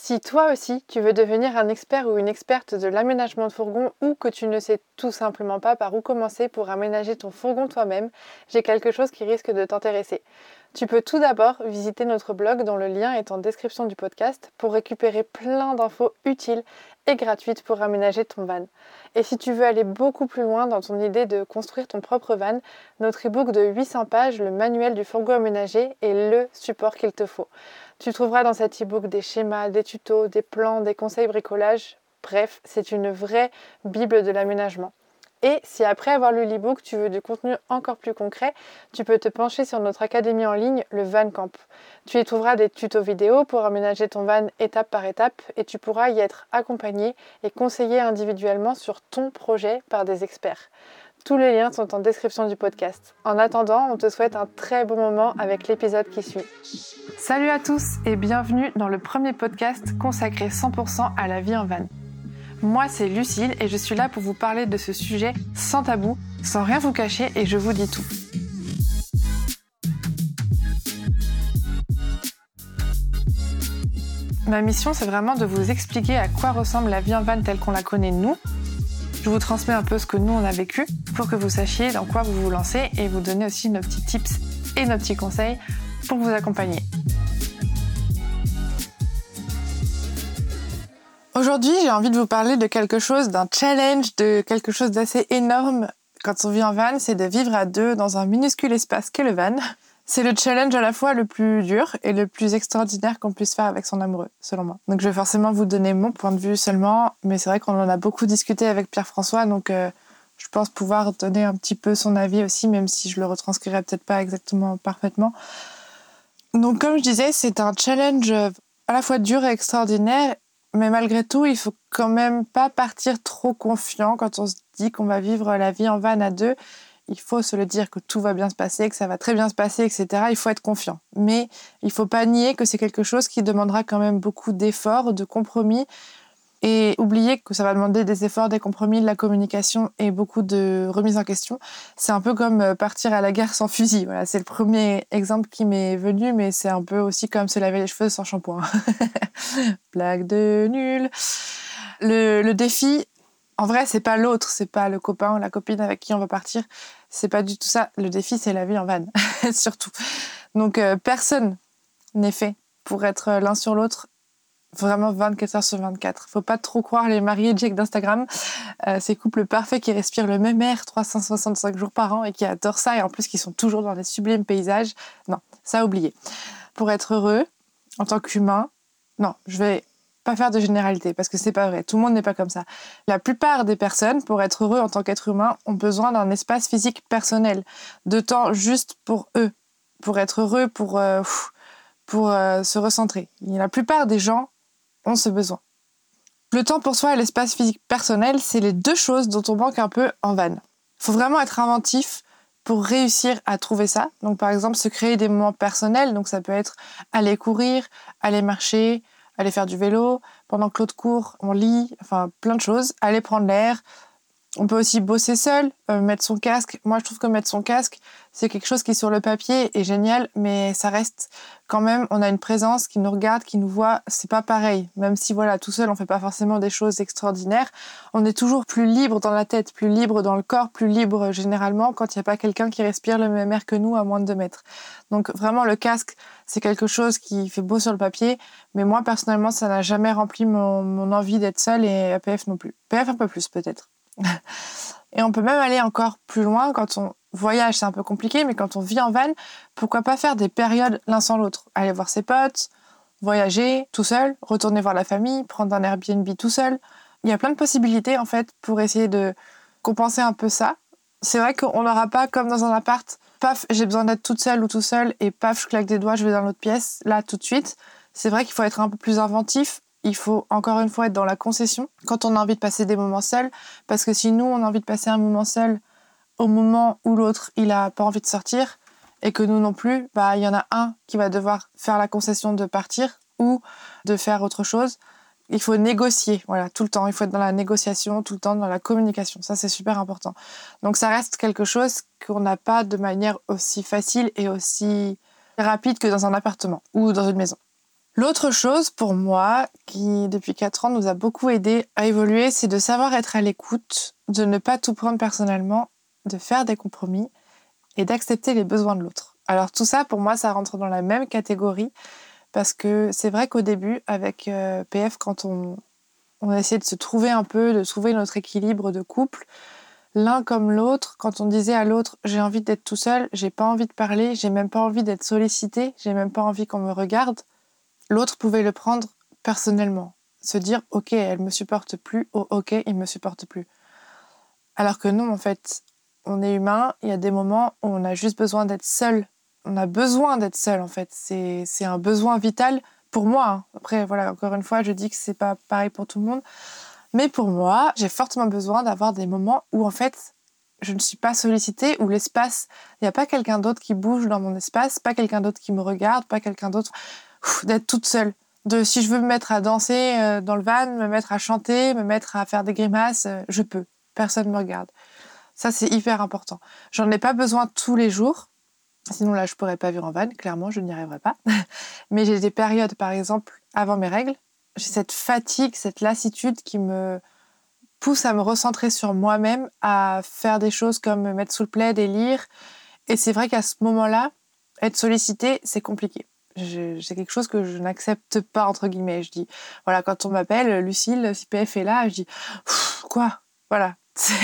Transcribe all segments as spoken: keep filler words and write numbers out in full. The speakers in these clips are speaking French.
Si toi aussi, tu veux devenir un expert ou une experte de l'aménagement de fourgon ou que tu ne sais tout simplement pas par où commencer pour aménager ton fourgon toi-même, j'ai quelque chose qui risque de t'intéresser. Tu peux tout d'abord visiter notre blog dont le lien est en description du podcast pour récupérer plein d'infos utiles et gratuites pour aménager ton van. Et si tu veux aller beaucoup plus loin dans ton idée de construire ton propre van, notre e-book de huit cents pages, le manuel du fourgon aménagé, est le support qu'il te faut. Tu trouveras dans cet e-book des schémas, des tutos, des plans, des conseils bricolage. Bref, c'est une vraie bible de l'aménagement. Et si après avoir lu l'e-book, tu veux du contenu encore plus concret, tu peux te pencher sur notre académie en ligne, le Van Camp. Tu y trouveras des tutos vidéo pour aménager ton van étape par étape et tu pourras y être accompagné et conseillé individuellement sur ton projet par des experts. Tous les liens sont en description du podcast. En attendant, on te souhaite un très bon moment avec l'épisode qui suit. Salut à tous et bienvenue dans le premier podcast consacré cent pour cent à la vie en van. Moi, c'est Lucille et je suis là pour vous parler de ce sujet sans tabou, sans rien vous cacher et je vous dis tout. Ma mission, c'est vraiment de vous expliquer à quoi ressemble la vie en van telle qu'on la connaît nous. Je vous transmets un peu ce que nous on a vécu pour que vous sachiez dans quoi vous vous lancez et vous donner aussi nos petits tips et nos petits conseils pour vous accompagner. Aujourd'hui, j'ai envie de vous parler de quelque chose, d'un challenge, de quelque chose d'assez énorme quand on vit en van, c'est de vivre à deux dans un minuscule espace qu'est le van. C'est le challenge à la fois le plus dur et le plus extraordinaire qu'on puisse faire avec son amoureux, selon moi. Donc je vais forcément vous donner mon point de vue seulement, mais c'est vrai qu'on en a beaucoup discuté avec Pierre-François, donc euh, je pense pouvoir donner un petit peu son avis aussi, même si je le retranscrirai peut-être pas exactement parfaitement. Donc comme je disais, c'est un challenge à la fois dur et extraordinaire, mais malgré tout, il faut quand même pas partir trop confiant quand on se dit qu'on va vivre la vie en van à deux. Il faut se le dire que tout va bien se passer, que ça va très bien se passer, et cetera. Il faut être confiant. Mais il faut pas nier que c'est quelque chose qui demandera quand même beaucoup d'efforts, de compromis. Et oublier que ça va demander des efforts, des compromis, de la communication et beaucoup de remise en question. C'est un peu comme partir à la guerre sans fusil. Voilà, c'est le premier exemple qui m'est venu, mais c'est un peu aussi comme se laver les cheveux sans shampoing. Blague de nul. Le, le défi, en vrai, c'est pas l'autre, c'est pas le copain ou la copine avec qui on va partir. C'est pas du tout ça. Le défi, c'est la vie en van, surtout. Donc, euh, personne n'est fait pour être l'un sur l'autre vraiment vingt-quatre heures sur vingt-quatre. Faut pas trop croire les Marie et Jake d'Instagram. Euh, ces couples parfaits qui respirent le même air trois cent soixante-cinq jours par an et qui adorent ça et en plus qui sont toujours dans des sublimes paysages. Non, ça à oublier. Pour être heureux, en tant qu'humain, non, je vais pas faire de généralité parce que c'est pas vrai. Tout le monde n'est pas comme ça. La plupart des personnes, pour être heureux en tant qu'être humain, ont besoin d'un espace physique personnel, de temps juste pour eux, pour être heureux, pour, euh, pour euh, se recentrer. Et la plupart des gens ont ce besoin. Le temps pour soi et l'espace physique personnel, c'est les deux choses dont on manque un peu en van. Il faut vraiment être inventif pour réussir à trouver ça. Donc par exemple, se créer des moments personnels, donc ça peut être aller courir, aller marcher, aller faire du vélo, pendant que l'autre court, on lit, enfin plein de choses, aller prendre l'air. On peut aussi bosser seul, euh, mettre son casque. Moi, je trouve que mettre son casque, c'est quelque chose qui, sur le papier, est génial, mais ça reste quand même, on a une présence qui nous regarde, qui nous voit, c'est pas pareil. Même si, voilà, tout seul, on fait pas forcément des choses extraordinaires, on est toujours plus libre dans la tête, plus libre dans le corps, plus libre généralement quand il n'y a pas quelqu'un qui respire le même air que nous à moins de deux mètres. Donc, vraiment, le casque, c'est quelque chose qui fait beau sur le papier, mais moi, personnellement, ça n'a jamais rempli mon, mon envie d'être seule et A P F non plus. P F un peu plus, peut-être. Et on peut même aller encore plus loin quand on voyage, c'est un peu compliqué, mais quand on vit en van, pourquoi pas faire des périodes l'un sans l'autre, aller voir ses potes, voyager tout seul, retourner voir la famille, prendre un Airbnb tout seul. Il y a plein de possibilités en fait pour essayer de compenser un peu ça. C'est vrai qu'on n'aura pas comme dans un appart, paf, j'ai besoin d'être toute seule ou tout seul et paf, je claque des doigts, je vais dans l'autre pièce, là tout de suite. C'est vrai qu'il faut être un peu plus inventif. Il faut encore une fois être dans la concession quand on a envie de passer des moments seuls, parce que si nous, on a envie de passer un moment seul au moment où l'autre, il a pas envie de sortir, et que nous non plus, bah, il y en a un qui va devoir faire la concession de partir ou de faire autre chose. Il faut négocier, voilà, tout le temps. Il faut être dans la négociation, tout le temps dans la communication. Ça, c'est super important. Donc, ça reste quelque chose qu'on n'a pas de manière aussi facile et aussi rapide que dans un appartement ou dans une maison. L'autre chose pour moi, qui depuis quatre ans nous a beaucoup aidé à évoluer, c'est de savoir être à l'écoute, de ne pas tout prendre personnellement, de faire des compromis et d'accepter les besoins de l'autre. Alors tout ça, pour moi, ça rentre dans la même catégorie parce que c'est vrai qu'au début, avec euh, P F, quand on, on a essayé de se trouver un peu, de trouver notre équilibre de couple, l'un comme l'autre, quand on disait à l'autre « j'ai envie d'être tout seul, j'ai pas envie de parler, j'ai même pas envie d'être sollicité, j'ai même pas envie qu'on me regarde », l'autre pouvait le prendre personnellement, se dire « ok, elle me supporte plus » ou « ok, il me supporte plus ». Alors que non, en fait, on est humain, il y a des moments où on a juste besoin d'être seul. On a besoin d'être seul, en fait. C'est, c'est un besoin vital pour moi. Hein. Après, voilà, encore une fois, je dis que c'est pas pareil pour tout le monde. Mais pour moi, j'ai fortement besoin d'avoir des moments où, en fait, je ne suis pas sollicitée, où l'espace, il n'y a pas quelqu'un d'autre qui bouge dans mon espace, pas quelqu'un d'autre qui me regarde, pas quelqu'un d'autre... Ouf, d'être toute seule. De, si je veux me mettre à danser euh, dans le van, me mettre à chanter, me mettre à faire des grimaces, euh, je peux. Personne ne me regarde. Ça, c'est hyper important. J'en ai pas besoin tous les jours. Sinon, là, je pourrais pas vivre en van. Clairement, je n'y arriverai pas. Mais j'ai des périodes, par exemple, avant mes règles, j'ai cette fatigue, cette lassitude qui me pousse à me recentrer sur moi-même, à faire des choses comme me mettre sous le plaid et lire. Et c'est vrai qu'à ce moment-là, être sollicitée, c'est compliqué. Je, c'est quelque chose que je n'accepte pas, entre guillemets. Je dis, voilà, quand on m'appelle, Lucille, si P F est là, je dis, quoi ? Voilà.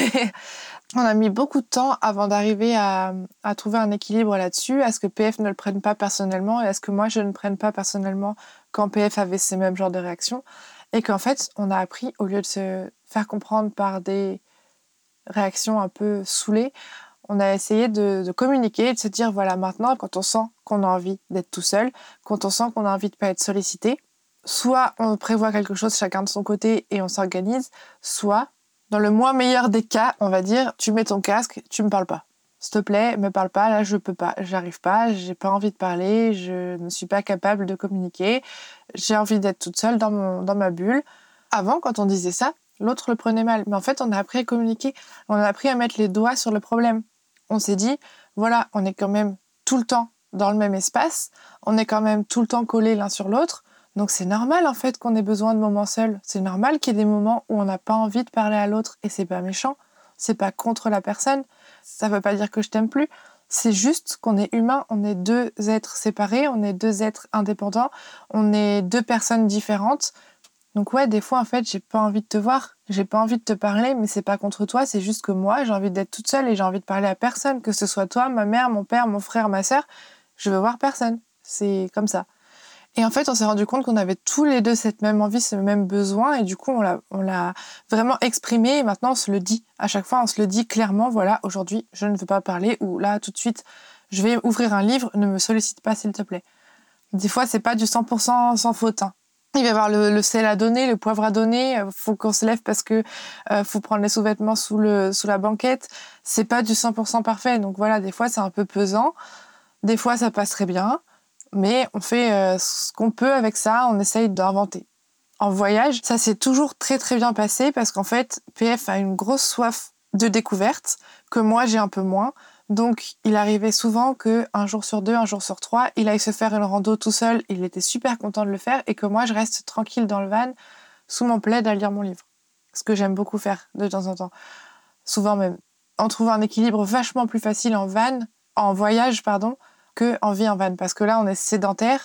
On a mis beaucoup de temps avant d'arriver à, à trouver un équilibre là-dessus, à ce que P F ne le prenne pas personnellement et à ce que moi, je ne prenne pas personnellement quand P F avait ces mêmes genres de réactions. Et qu'en fait, on a appris, au lieu de se faire comprendre par des réactions un peu saoulées, on a essayé de, de communiquer et de se dire, voilà, maintenant, quand on sent qu'on a envie d'être tout seul, quand on sent qu'on a envie de ne pas être sollicité, soit on prévoit quelque chose chacun de son côté et on s'organise, soit, dans le moins meilleur des cas, on va dire, tu mets ton casque, tu me parles pas. S'il te plaît, me parle pas, là je peux pas, j'arrive pas, j'ai pas envie de parler, je ne suis pas capable de communiquer, j'ai envie d'être toute seule dans, mon, dans ma bulle. Avant, quand on disait ça, l'autre le prenait mal. Mais en fait, on a appris à communiquer, on a appris à mettre les doigts sur le problème. On s'est dit, voilà, on est quand même tout le temps dans le même espace, on est quand même tout le temps collés l'un sur l'autre, donc c'est normal en fait qu'on ait besoin de moments seuls. C'est normal qu'il y ait des moments où on n'a pas envie de parler à l'autre, et c'est pas méchant, c'est pas contre la personne, ça veut pas dire que je t'aime plus, c'est juste qu'on est humain, on est deux êtres séparés, on est deux êtres indépendants, on est deux personnes différentes. Donc ouais, des fois, en fait, j'ai pas envie de te voir, j'ai pas envie de te parler, mais c'est pas contre toi, c'est juste que moi, j'ai envie d'être toute seule et j'ai envie de parler à personne, que ce soit toi, ma mère, mon père, mon frère, ma sœur, je veux voir personne. C'est comme ça. Et en fait, on s'est rendu compte qu'on avait tous les deux cette même envie, ce même besoin, et du coup, on l'a, on l'a vraiment exprimé, et maintenant, on se le dit. À chaque fois, on se le dit clairement, voilà, aujourd'hui, je ne veux pas parler, ou là, tout de suite, je vais ouvrir un livre, ne me sollicite pas, s'il te plaît. Des fois, c'est pas du cent pour cent sans faute, hein. Il va y avoir le, le sel à donner, le poivre à donner. Il faut qu'on se lève parce que euh, faut prendre les sous-vêtements sous, le, sous la banquette. C'est pas du cent pour cent parfait. Donc voilà, des fois, c'est un peu pesant. Des fois, ça passe très bien. Mais on fait euh, ce qu'on peut avec ça. On essaye d'inventer. En voyage, ça s'est toujours très très bien passé parce qu'en fait, P F a une grosse soif de découverte que moi, j'ai un peu moins. Donc, il arrivait souvent qu'un jour sur deux, un jour sur trois, il aille se faire une rando tout seul. Il était super content de le faire et que moi, je reste tranquille dans le van, sous mon plaid, à lire mon livre. Ce que j'aime beaucoup faire de temps en temps. Souvent même. On trouve un équilibre vachement plus facile en van, en voyage, pardon, qu'en vie en van. Parce que là, on est sédentaire.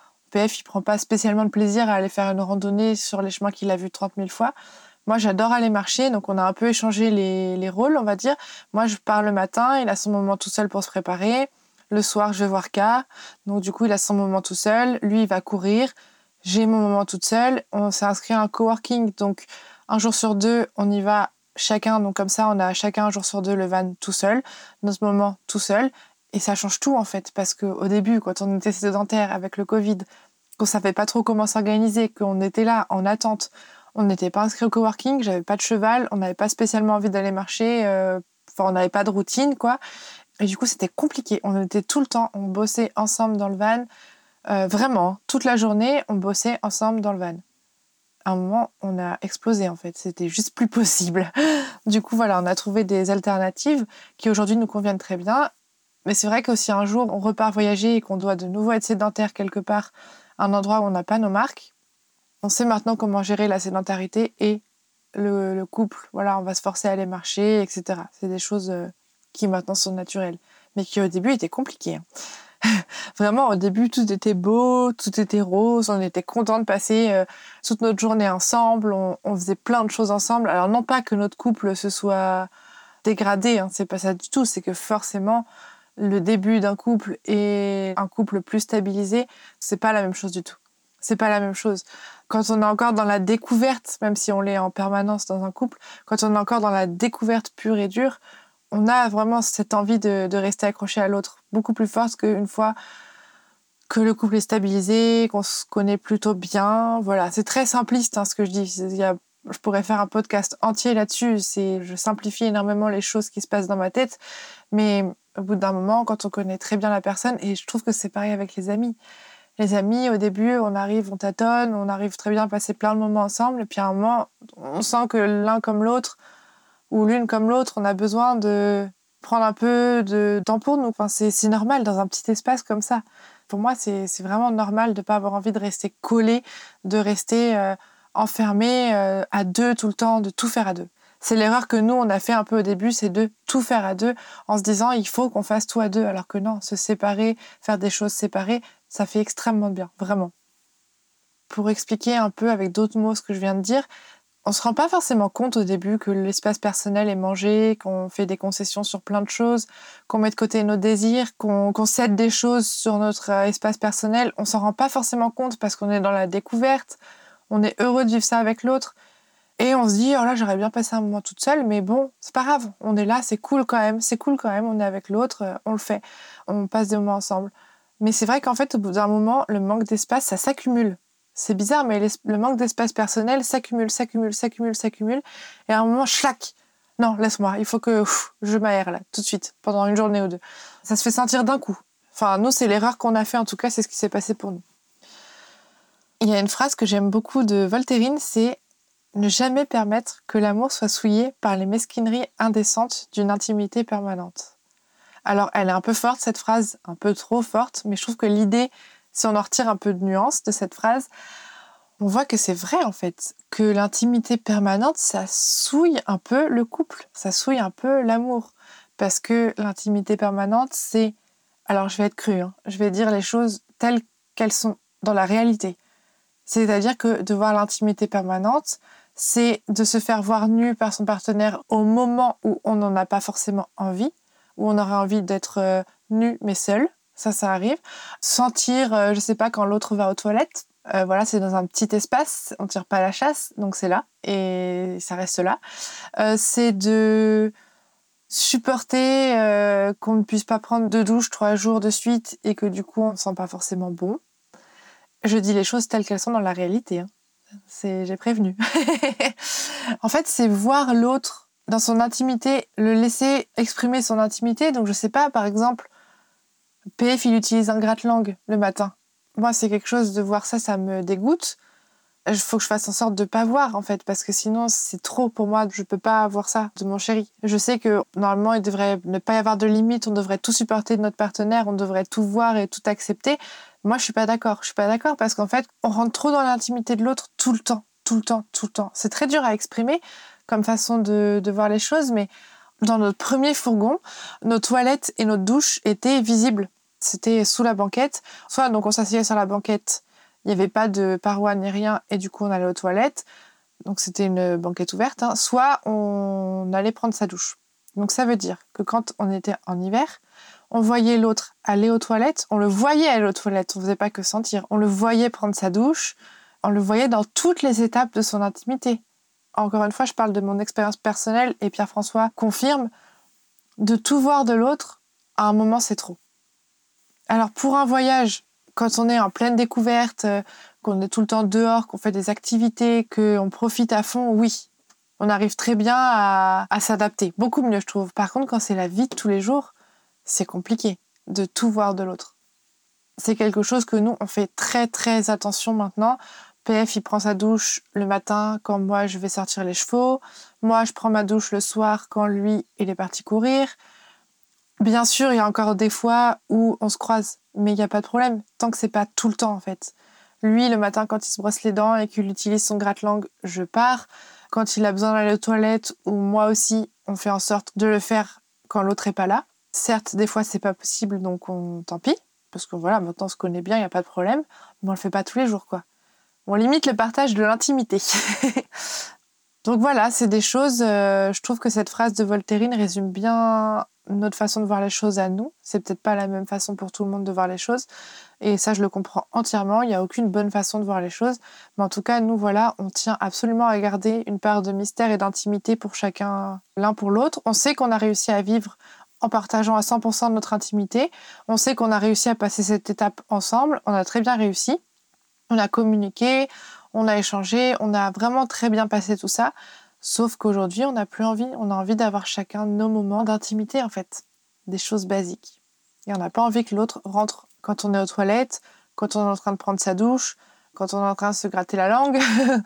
P F, il prend pas spécialement de plaisir à aller faire une randonnée sur les chemins qu'il a vus trente mille fois. Moi, j'adore aller marcher, donc on a un peu échangé les, les rôles, on va dire. Moi, je pars le matin, il a son moment tout seul pour se préparer. Le soir, je vais voir K, donc du coup, il a son moment tout seul. Lui, il va courir. J'ai mon moment toute seule. On s'est inscrit à un coworking, donc un jour sur deux, on y va chacun. Donc comme ça, on a chacun un jour sur deux le van tout seul, notre moment tout seul. Et ça change tout, en fait, parce qu'au début, quand on était sédentaire avec le Covid, qu'on savait pas trop comment s'organiser, qu'on était là en attente, on n'était pas inscrit au coworking, j'avais pas de cheval, on n'avait pas spécialement envie d'aller marcher, euh, enfin on n'avait pas de routine, quoi. Et du coup, c'était compliqué. On était tout le temps, on bossait ensemble dans le van, euh, vraiment, toute la journée, on bossait ensemble dans le van. À un moment, on a explosé, en fait, c'était juste plus possible. Du coup, voilà, on a trouvé des alternatives qui aujourd'hui nous conviennent très bien. Mais c'est vrai que si un jour on repart voyager et qu'on doit de nouveau être sédentaire quelque part un endroit où on n'a pas nos marques. On sait maintenant comment gérer la sédentarité et le, le couple. Voilà, on va se forcer à aller marcher, et cetera. C'est des choses euh, qui maintenant sont naturelles, mais qui au début étaient compliquées. Hein. Vraiment, au début, tout était beau, tout était rose, on était contents de passer euh, toute notre journée ensemble, on, on faisait plein de choses ensemble. Alors non pas que notre couple se soit dégradé, hein, c'est pas ça du tout, c'est que forcément, le début d'un couple et un couple plus stabilisé, c'est pas la même chose du tout. C'est pas la même chose. Quand on est encore dans la découverte, même si on l'est en permanence dans un couple, quand on est encore dans la découverte pure et dure, on a vraiment cette envie de, de rester accroché à l'autre, beaucoup plus forte qu'une fois que le couple est stabilisé, qu'on se connaît plutôt bien. Voilà, c'est très simpliste hein, ce que je dis. Il y a, je pourrais faire un podcast entier là-dessus. C'est, je simplifie énormément les choses qui se passent dans ma tête, mais au bout d'un moment, quand on connaît très bien la personne, et je trouve que c'est pareil avec les amis. Les amis, au début, on arrive, on tâtonne, on arrive très bien à passer plein de moments ensemble, et puis à un moment, on sent que l'un comme l'autre, ou l'une comme l'autre, on a besoin de prendre un peu de temps pour nous. Enfin, c'est, c'est normal dans un petit espace comme ça. Pour moi, c'est, c'est vraiment normal de ne pas avoir envie de rester collé, de rester euh, enfermé euh, à deux tout le temps, de tout faire à deux. C'est l'erreur que nous, on a fait un peu au début, c'est de tout faire à deux en se disant il faut qu'on fasse tout à deux, alors que non, se séparer, faire des choses séparées, ça fait extrêmement bien, vraiment. Pour expliquer un peu avec d'autres mots ce que je viens de dire, on se rend pas forcément compte au début que l'espace personnel est mangé, qu'on fait des concessions sur plein de choses, qu'on met de côté nos désirs, qu'on, qu'on cède des choses sur notre espace personnel. On s'en rend pas forcément compte parce qu'on est dans la découverte, on est heureux de vivre ça avec l'autre. Et on se dit, oh là, j'aurais bien passé un moment toute seule, mais bon, c'est pas grave, on est là, c'est cool quand même, c'est cool quand même, on est avec l'autre, on le fait, on passe des moments ensemble. Mais c'est vrai qu'en fait, au bout d'un moment, le manque d'espace, ça s'accumule. C'est bizarre, mais le manque d'espace personnel s'accumule, s'accumule, s'accumule, s'accumule, et à un moment, schlac, non, laisse-moi, il faut que ouf, je m'aère là, tout de suite, pendant une journée ou deux. Ça se fait sentir d'un coup. Enfin, nous, c'est l'erreur qu'on a fait, en tout cas, c'est ce qui s'est passé pour nous. Il y a une phrase que j'aime beaucoup de Voltairine, c'est ne jamais permettre que l'amour soit souillé par les mesquineries indécentes d'une intimité permanente. Alors, elle est un peu forte, cette phrase, un peu trop forte, mais je trouve que l'idée, si on en retire un peu de nuance de cette phrase, on voit que c'est vrai, en fait, que l'intimité permanente, ça souille un peu le couple, ça souille un peu l'amour. Parce que l'intimité permanente, c'est... Alors, je vais être crue, hein, je vais dire les choses telles qu'elles sont dans la réalité. C'est-à-dire que de voir l'intimité permanente, c'est de se faire voir nu par son partenaire au moment où on n'en a pas forcément envie, où on aurait envie d'être euh, nu mais seul, ça, ça arrive. Sentir, euh, je sais pas, quand l'autre va aux toilettes, euh, voilà, c'est dans un petit espace, on tire pas la chasse, donc c'est là, et ça reste là. Euh, c'est de supporter euh, qu'on ne puisse pas prendre de douche trois jours de suite et que du coup on ne sent pas forcément bon. Je dis les choses telles qu'elles sont dans la réalité, hein. C'est, j'ai prévenu. En fait, c'est voir l'autre dans son intimité, le laisser exprimer son intimité. Donc, je sais pas, par exemple, P F, il utilise un gratte-langue le matin. Moi, c'est quelque chose de voir ça, ça me dégoûte. Il faut que je fasse en sorte de pas voir, en fait, parce que sinon, c'est trop pour moi. Je peux pas voir ça de mon chéri. Je sais que, normalement, il devrait ne pas y avoir de limite. On devrait tout supporter de notre partenaire. On devrait tout voir et tout accepter. Moi, je suis pas d'accord. Je suis pas d'accord parce qu'en fait, on rentre trop dans l'intimité de l'autre tout le temps, tout le temps, tout le temps. C'est très dur à exprimer comme façon de, de voir les choses, mais dans notre premier fourgon, nos toilettes et notre douche étaient visibles. C'était sous la banquette. Soit, donc, on s'asseyait sur la banquette. Il n'y avait pas de parois ni rien, et du coup, on allait aux toilettes. Donc, c'était une banquette ouverte. Hein. Soit, on allait prendre sa douche. Donc, ça veut dire que quand on était en hiver, on voyait l'autre aller aux toilettes, on le voyait aller aux toilettes, on ne faisait pas que sentir, on le voyait prendre sa douche, on le voyait dans toutes les étapes de son intimité. Encore une fois, je parle de mon expérience personnelle et Pierre-François confirme, de tout voir de l'autre, à un moment, c'est trop. Alors, pour un voyage, quand on est en pleine découverte, qu'on est tout le temps dehors, qu'on fait des activités, qu'on profite à fond, oui, on arrive très bien à, à s'adapter. Beaucoup mieux, je trouve. Par contre, quand c'est la vie de tous les jours, c'est compliqué de tout voir de l'autre. C'est quelque chose que nous, on fait très très attention maintenant. P F, il prend sa douche le matin quand moi, je vais sortir les chevaux. Moi, je prends ma douche le soir quand lui, il est parti courir. Bien sûr, il y a encore des fois où on se croise, mais il n'y a pas de problème, tant que c'est pas tout le temps, en fait. Lui, le matin, quand il se brosse les dents et qu'il utilise son gratte-langue, je pars. Quand il a besoin d'aller aux toilettes, ou moi aussi, on fait en sorte de le faire quand l'autre est pas là. Certes, des fois, c'est pas possible, donc on... tant pis. Parce que voilà, maintenant, on se connaît bien, il n'y a pas de problème. Mais on le fait pas tous les jours, quoi. On limite le partage de l'intimité. Donc voilà, c'est des choses... Euh, je trouve que cette phrase de Voltairine résume bien notre façon de voir les choses à nous. C'est peut-être pas la même façon pour tout le monde de voir les choses. Et ça, je le comprends entièrement. Il n'y a aucune bonne façon de voir les choses. Mais en tout cas, nous, voilà, on tient absolument à garder une part de mystère et d'intimité pour chacun, l'un pour l'autre. On sait qu'on a réussi à vivre en partageant à cent pour cent de notre intimité. On sait qu'on a réussi à passer cette étape ensemble. On a très bien réussi. On a communiqué, on a échangé, on a vraiment très bien passé tout ça. Sauf qu'aujourd'hui, on n'a plus envie. On a envie d'avoir chacun nos moments d'intimité, en fait. Des choses basiques. Et on n'a pas envie que l'autre rentre quand on est aux toilettes, quand on est en train de prendre sa douche, quand on est en train de se gratter la langue.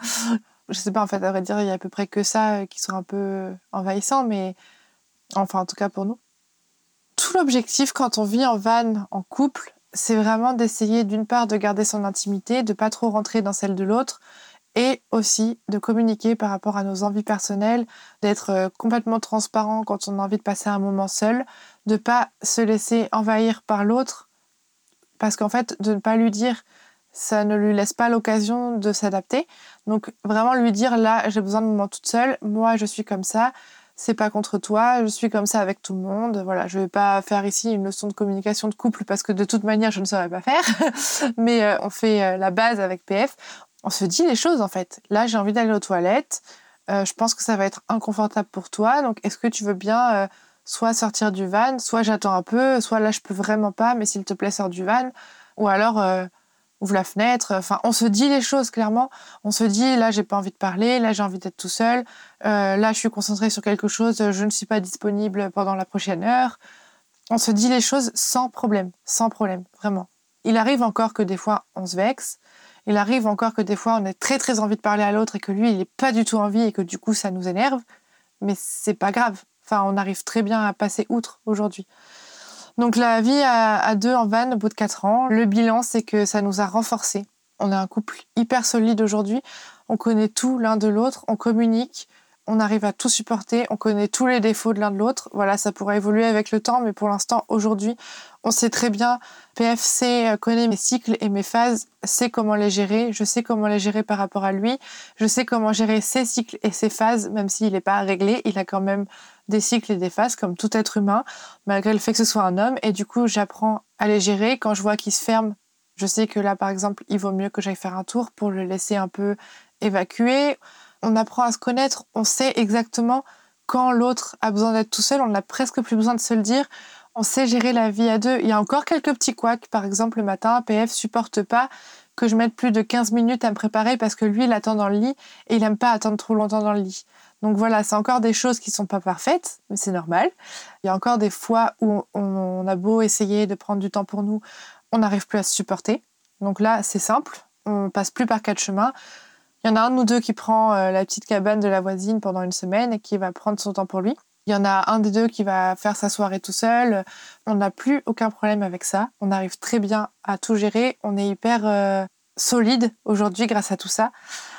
Je sais pas, en fait, à vrai dire, il y a à peu près que ça qui sont un peu envahissants, mais enfin, en tout cas pour nous. Tout l'objectif quand on vit en van, en couple, c'est vraiment d'essayer d'une part de garder son intimité, de pas trop rentrer dans celle de l'autre, et aussi de communiquer par rapport à nos envies personnelles, d'être complètement transparent quand on a envie de passer un moment seul, de pas se laisser envahir par l'autre, parce qu'en fait, de ne pas lui dire, ça ne lui laisse pas l'occasion de s'adapter. Donc vraiment lui dire, là, j'ai besoin de moments toute seule, moi je suis comme ça, c'est pas contre toi, je suis comme ça avec tout le monde. Voilà, je vais pas faire ici une leçon de communication de couple parce que de toute manière, je ne saurais pas faire. Mais euh, on fait euh, la base avec P F. On se dit les choses, en fait. Là, j'ai envie d'aller aux toilettes. Euh, je pense que ça va être inconfortable pour toi. Donc, est-ce que tu veux bien euh, soit sortir du van, soit j'attends un peu, soit là, je peux vraiment pas, mais s'il te plaît, sors du van. Ou alors... Euh, ouvre la fenêtre, enfin, on se dit les choses, clairement. On se dit, là, j'ai pas envie de parler, là, j'ai envie d'être tout seul, euh, là, je suis concentrée sur quelque chose, je ne suis pas disponible pendant la prochaine heure. On se dit les choses sans problème, sans problème, vraiment. Il arrive encore que des fois, on se vexe. Il arrive encore que des fois, on a très, très envie de parler à l'autre et que lui, il n'est pas du tout envie et que du coup, ça nous énerve. Mais c'est pas grave. Enfin, on arrive très bien à passer outre aujourd'hui. Donc la vie à, à deux en van au bout de quatre ans, le bilan c'est que ça nous a renforcés. On est un couple hyper solide aujourd'hui, on connaît tout l'un de l'autre, on communique, on arrive à tout supporter, on connaît tous les défauts de l'un de l'autre. Voilà, ça pourrait évoluer avec le temps, mais pour l'instant, aujourd'hui, on sait très bien, P F C connaît mes cycles et mes phases, sait comment les gérer, je sais comment les gérer par rapport à lui, je sais comment gérer ses cycles et ses phases, même s'il n'est pas réglé, il a quand même des cycles et des phases comme tout être humain, malgré le fait que ce soit un homme, et du coup, j'apprends à les gérer. Quand je vois qu'il se ferme, je sais que là, par exemple, il vaut mieux que j'aille faire un tour pour le laisser un peu évacuer. On apprend à se connaître, on sait exactement quand l'autre a besoin d'être tout seul, on n'a presque plus besoin de se le dire. On sait gérer la vie à deux. Il y a encore quelques petits couacs. Par exemple, le matin, P F supporte pas que je mette plus de quinze minutes à me préparer parce que lui, il attend dans le lit et il aime pas attendre trop longtemps dans le lit. Donc voilà, c'est encore des choses qui sont pas parfaites, mais c'est normal. Il y a encore des fois où on a beau essayer de prendre du temps pour nous, on n'arrive plus à se supporter. Donc là, c'est simple. On passe plus par quatre chemins. Il y en a un de nous deux qui prend euh, la petite cabane de la voisine pendant une semaine et qui va prendre son temps pour lui. Il y en a un des deux qui va faire sa soirée tout seul. On n'a plus aucun problème avec ça. On arrive très bien à tout gérer. On est hyper euh, solide aujourd'hui grâce à tout ça.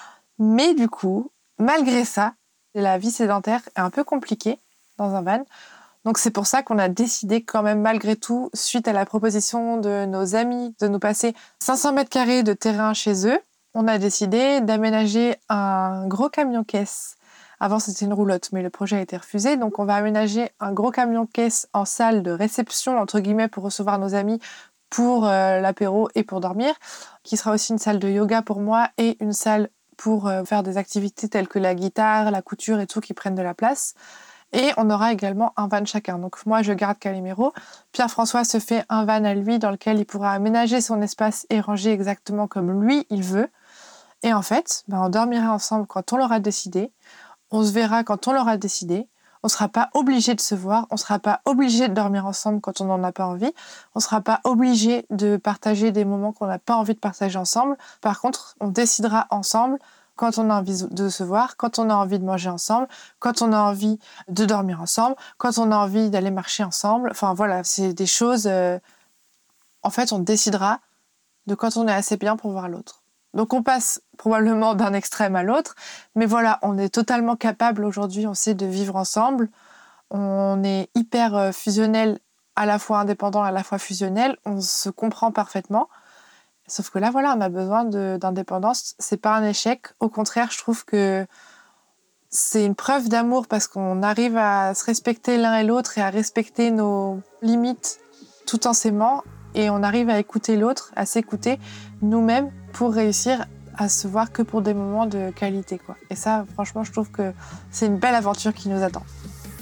Mais du coup, malgré ça, la vie sédentaire est un peu compliquée dans un van. Donc c'est pour ça qu'on a décidé quand même malgré tout, suite à la proposition de nos amis de nous passer cinq cents mètres carrés de terrain chez eux, on a décidé d'aménager un gros camion-caisse. Avant, c'était une roulotte, mais le projet a été refusé. Donc, on va aménager un gros camion-caisse en salle de réception, entre guillemets, pour recevoir nos amis pour euh, l'apéro et pour dormir, qui sera aussi une salle de yoga pour moi et une salle pour euh, faire des activités telles que la guitare, la couture et tout qui prennent de la place. Et on aura également un van chacun. Donc, moi, je garde Calimero. Pierre-François se fait un van à lui dans lequel il pourra aménager son espace et ranger exactement comme lui, il veut. Et en fait, ben, on dormira ensemble quand on l'aura décidé. On se verra quand on l'aura décidé. On ne sera pas obligé de se voir. On ne sera pas obligé de dormir ensemble quand on n'en a pas envie. On ne sera pas obligé de partager des moments qu'on n'a pas envie de partager ensemble. Par contre, on décidera ensemble quand on a envie de se voir, quand on a envie de manger ensemble, quand on a envie de dormir ensemble, quand on a envie d'aller marcher ensemble. Enfin voilà, c'est des choses... Euh... En fait, on décidera de quand on est assez bien pour voir l'autre. Donc on passe probablement d'un extrême à l'autre, mais voilà, on est totalement capable aujourd'hui, on sait, de vivre ensemble. On est hyper fusionnel, à la fois indépendant, à la fois fusionnel. On se comprend parfaitement. Sauf que là, voilà, on a besoin de, d'indépendance. C'est pas un échec. Au contraire, je trouve que c'est une preuve d'amour parce qu'on arrive à se respecter l'un et l'autre et à respecter nos limites tout en s'aimant. Et on arrive à écouter l'autre, à s'écouter nous-mêmes pour réussir à se voir que pour des moments de qualité, quoi. Et ça, franchement, je trouve que c'est une belle aventure qui nous attend.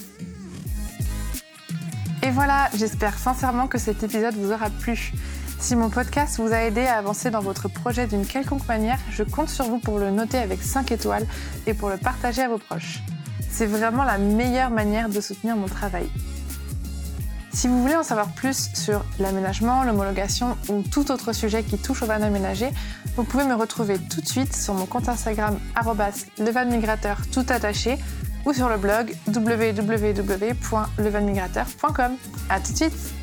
Et voilà, j'espère sincèrement que cet épisode vous aura plu. Si mon podcast vous a aidé à avancer dans votre projet d'une quelconque manière, je compte sur vous pour le noter avec cinq étoiles et pour le partager à vos proches. C'est vraiment la meilleure manière de soutenir mon travail. Si vous voulez en savoir plus sur l'aménagement, l'homologation ou tout autre sujet qui touche au van aménagé, vous pouvez me retrouver tout de suite sur mon compte Instagram arobase levanmigrateur tout attaché ou sur le blog w w w point levanmigrateur point com. À tout de suite!